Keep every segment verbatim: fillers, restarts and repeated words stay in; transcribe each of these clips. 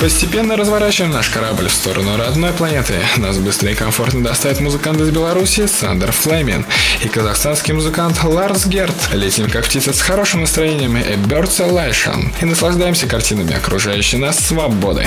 Постепенно разворачиваем наш корабль в сторону родной планеты. Нас быстро и комфортно доставит музыкант из Беларуси Сандер Флемин и казахстанский музыкант Ларс Герт. Летим как птица с хорошим настроением A Bird's Elation и наслаждаемся картинами окружающей нас свободы.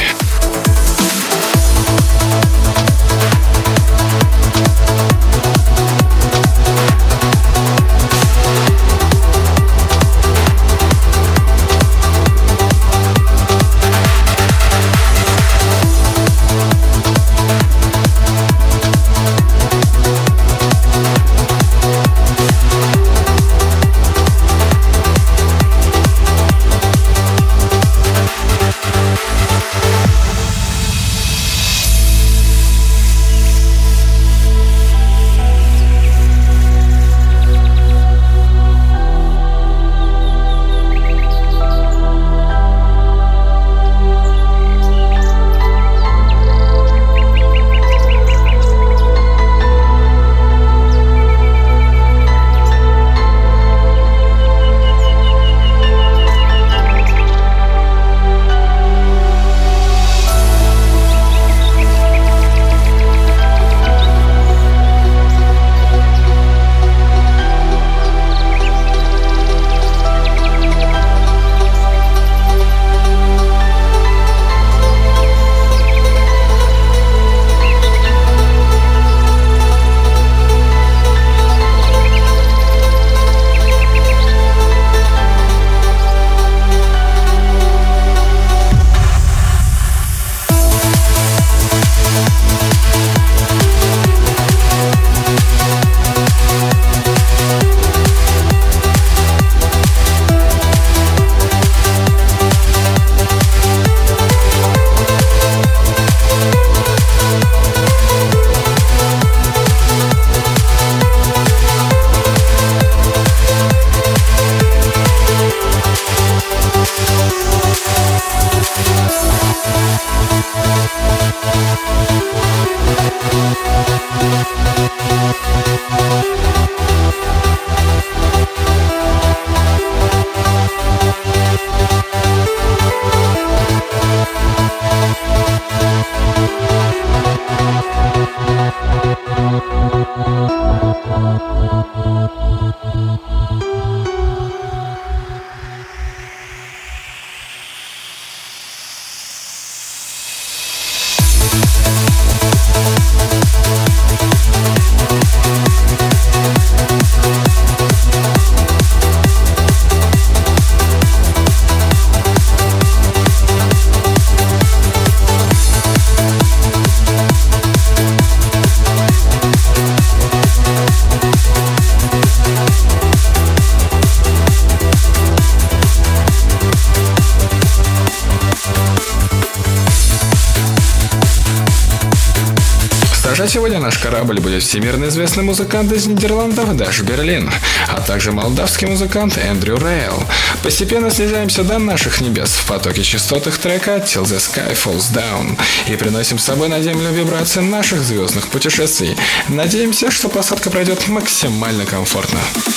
Сегодня наш корабль будет всемирно известный музыкант из Нидерландов Даш Берлин, а также молдавский музыкант Эндрю Рейл. Постепенно снижаемся до наших небес в потоке частот их трека Till the Sky Falls Down и приносим с собой на Землю вибрации наших звездных путешествий. Надеемся, что посадка пройдет максимально комфортно.